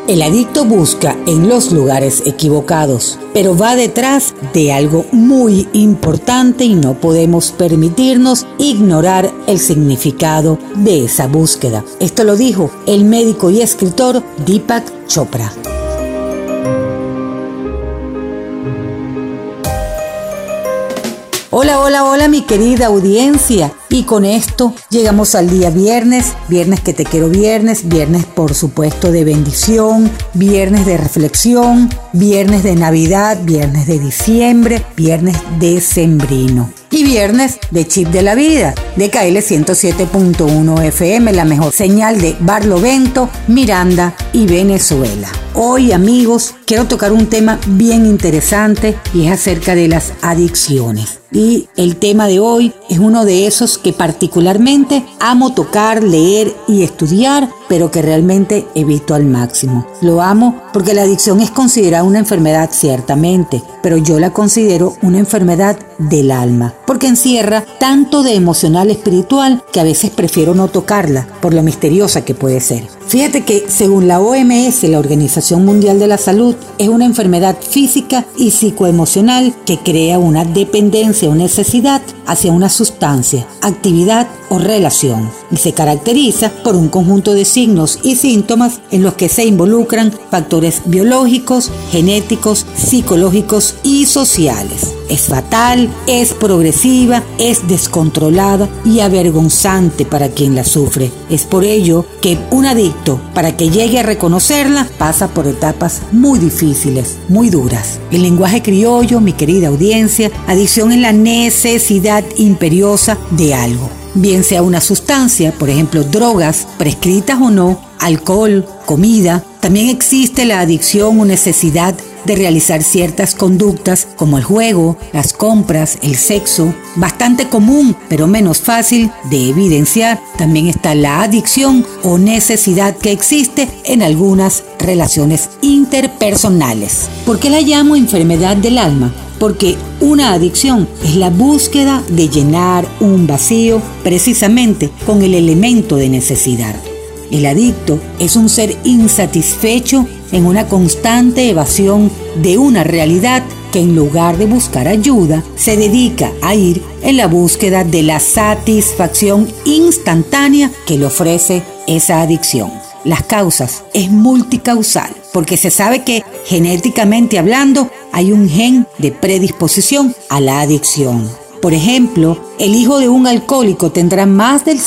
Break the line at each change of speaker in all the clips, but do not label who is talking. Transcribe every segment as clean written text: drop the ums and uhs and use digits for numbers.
El adicto busca en los lugares equivocados, pero va detrás de algo muy importante y no podemos permitirnos ignorar el significado de esa búsqueda. Esto lo dijo el médico y escritor Deepak Chopra. Hola, hola, hola mi querida audiencia. Y con esto llegamos al día viernes que te quiero viernes por supuesto de bendición, viernes de reflexión, viernes de Navidad, viernes de diciembre, viernes decembrino. Y viernes de Chip de la Vida, de KL 107.1 FM, la mejor señal de Barlovento, Miranda y Venezuela. Hoy, amigos, quiero tocar un tema bien interesante y es acerca de las adicciones. Y el tema de hoy es uno de esos que particularmente amo tocar, leer y estudiar, pero que realmente evito al máximo. Lo amo porque la adicción es considerada una enfermedad ciertamente, pero yo la considero una enfermedad del alma, porque encierra tanto de emocional espiritual que a veces prefiero no tocarla por lo misteriosa que puede ser. Fíjate que según la OMS, la Organización Mundial de la Salud, es una enfermedad física y psicoemocional que crea una dependencia o necesidad hacia una sustancia, actividad o relación y se caracteriza por un conjunto de signos y síntomas en los que se involucran factores biológicos, genéticos, psicológicos y sociales. Es fatal, es progresiva, es descontrolada y avergonzante para quien la sufre. Es por ello que un adicto, para que llegue a reconocerla, pasa por etapas muy difíciles, muy duras. El lenguaje criollo, mi querida audiencia, adicción es la necesidad imperiosa de algo. Bien sea una sustancia, por ejemplo drogas, prescritas o no, alcohol, comida. También existe la adicción o necesidad de realizar ciertas conductas como el juego, las compras, el sexo, bastante común pero menos fácil de evidenciar. También está la adicción o necesidad que existe en algunas relaciones interpersonales. ¿Por qué la llamo enfermedad del alma? Porque una adicción es la búsqueda de llenar un vacío precisamente con el elemento de necesidad. El adicto es un ser insatisfecho en una constante evasión de una realidad que en lugar de buscar ayuda, se dedica a ir en la búsqueda de la satisfacción instantánea que le ofrece esa adicción. Las causas es multicausal, porque se sabe que genéticamente hablando hay un gen de predisposición a la adicción. Por ejemplo, el hijo de un alcohólico tendrá más del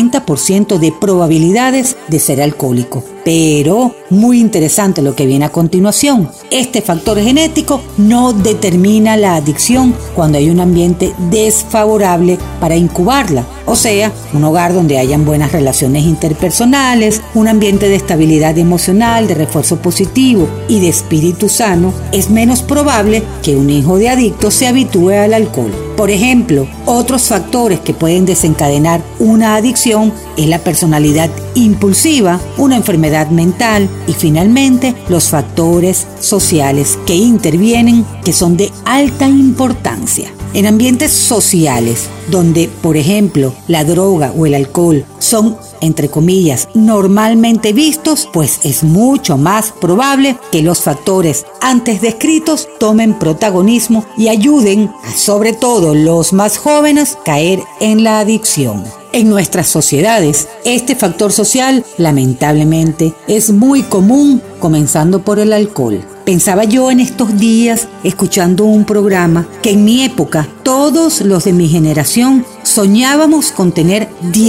50% de probabilidades de ser alcohólico. Pero, muy interesante lo que viene a continuación. Este factor genético no determina la adicción cuando hay un ambiente desfavorable para incubarla. O sea, un hogar donde hayan buenas relaciones interpersonales, un ambiente de estabilidad emocional, de refuerzo positivo y de espíritu sano, es menos probable que un hijo de adicto se habitúe al alcohol. Por ejemplo, otros factores que pueden desencadenar una adicción es la personalidad impulsiva, una enfermedad mental y finalmente los factores sociales que intervienen, que son de alta importancia. En ambientes sociales donde, por ejemplo, la droga o el alcohol son, entre comillas, normalmente vistos, pues es mucho más probable que los factores antes descritos tomen protagonismo y ayuden a, sobre todo los más jóvenes, caer en la adicción. En nuestras sociedades, este factor social, lamentablemente, es muy común, comenzando por el alcohol. Pensaba yo en estos días, escuchando un programa, que en mi época, todos los de mi generación soñábamos con tener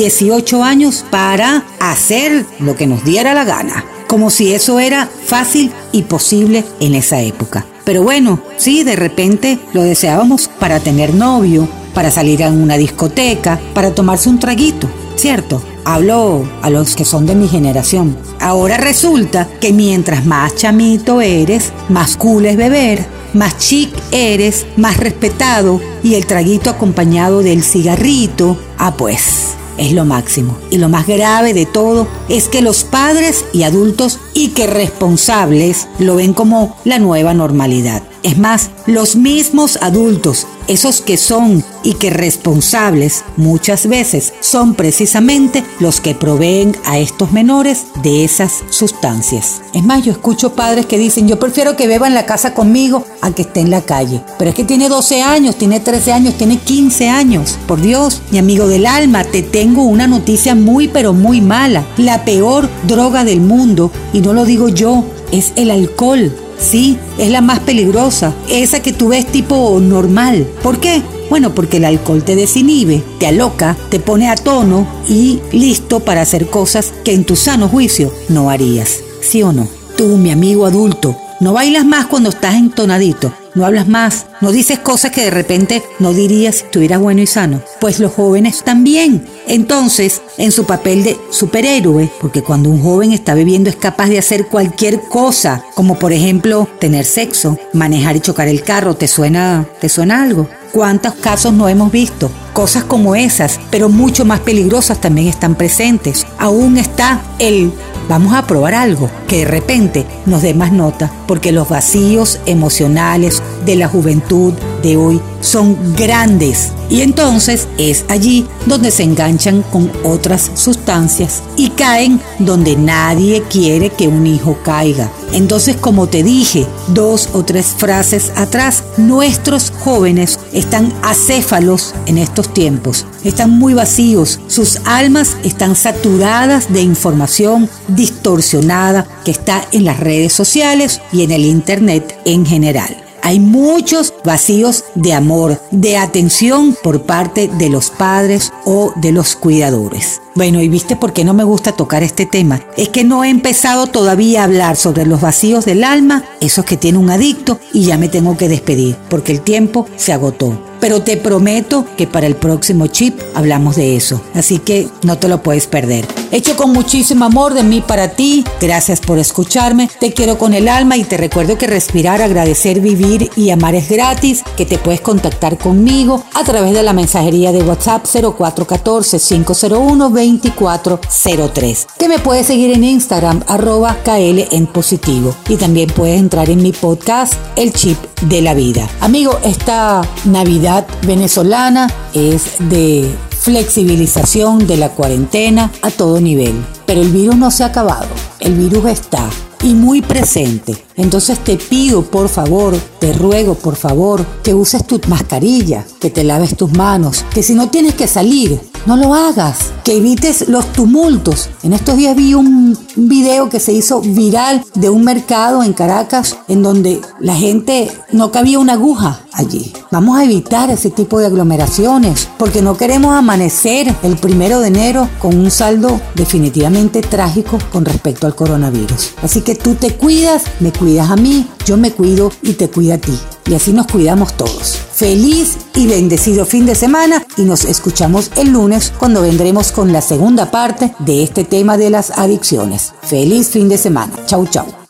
18 años para hacer lo que nos diera la gana. Como si eso era fácil y posible en esa época. Pero bueno, sí, de repente lo deseábamos para tener novio, para salir a una discoteca, para tomarse un traguito, ¿cierto? Hablo a los que son de mi generación. Ahora resulta que mientras más chamito eres, más cool es beber, más chic eres, más respetado y el traguito acompañado del cigarrito, pues es lo máximo. Y lo más grave de todo es que los padres y adultos y que responsables lo ven como la nueva normalidad. Es más, los mismos adultos, esos que son y que responsables muchas veces son precisamente los que proveen a estos menores de esas sustancias. Es más, yo escucho padres que dicen, yo prefiero que beba en la casa conmigo a que esté en la calle. Pero es que tiene 12 años, tiene 13 años, tiene 15 años. Por Dios, mi amigo del alma, te tengo una noticia muy pero muy mala. La peor droga del mundo, y no lo digo yo, es el alcohol. Sí, es la más peligrosa, esa que tú ves tipo normal. ¿Por qué? Bueno, porque el alcohol te desinhibe, te aloca, te pone a tono y listo para hacer cosas que en tu sano juicio no harías. ¿Sí o no? Tú, mi amigo adulto, no bailas más cuando estás entonadito, no hablas más, no dices cosas que de repente no dirías si estuvieras bueno y sano. Pues los jóvenes también. Entonces, en su papel de superhéroe, porque cuando un joven está bebiendo es capaz de hacer cualquier cosa, como por ejemplo tener sexo, manejar y chocar el carro. ¿Te suena algo? ¿Cuántos casos no hemos visto? Cosas como esas, pero mucho más peligrosas también están presentes. Aún está el vamos a probar algo que de repente nos dé más nota, porque los vacíos emocionales de la juventud de hoy son grandes. Y entonces es allí donde se enganchan con otras sustancias y caen donde nadie quiere que un hijo caiga. Entonces, como te dije 2 o 3 frases atrás, nuestros jóvenes están acéfalos en estos tiempos, están muy vacíos, sus almas están saturadas de información distorsionada que está en las redes sociales y en el internet en general. Hay muchos vacíos de amor, de atención por parte de los padres o de los cuidadores. Bueno, ¿y viste por qué no me gusta tocar este tema? Es que no he empezado todavía a hablar sobre los vacíos del alma, esos que tiene un adicto, y ya me tengo que despedir, porque el tiempo se agotó. Pero te prometo que para el próximo chip hablamos de eso, así que no te lo puedes perder. Hecho con muchísimo amor de mí para ti, gracias por escucharme, te quiero con el alma y te recuerdo que respirar, agradecer, vivir y amar es gratis, que te puedes contactar conmigo a través de la mensajería de WhatsApp 0414-501-2403, que me puedes seguir en Instagram @KL en positivo, y también puedes entrar en mi podcast El Chip de la Vida. Amigo, esta Navidad venezolana es de flexibilización de la cuarentena a todo nivel, pero el virus no se ha acabado, el virus está y muy presente. Entonces te pido, por favor, te ruego, por favor, que uses tu mascarilla, que te laves tus manos, que si no tienes que salir, no lo hagas, que evites los tumultos. En estos días vi un video que se hizo viral de un mercado en Caracas en donde la gente no cabía una aguja allí. Vamos a evitar ese tipo de aglomeraciones porque no queremos amanecer el 1 de enero con un saldo definitivamente trágico con respecto al coronavirus. Así que tú te cuidas, me cuidas a mí, yo me cuido y te cuido a ti. Y así nos cuidamos todos. Feliz y bendecido fin de semana y nos escuchamos el lunes cuando vendremos con la segunda parte de este tema de las adicciones. Feliz fin de semana. Chau, chau.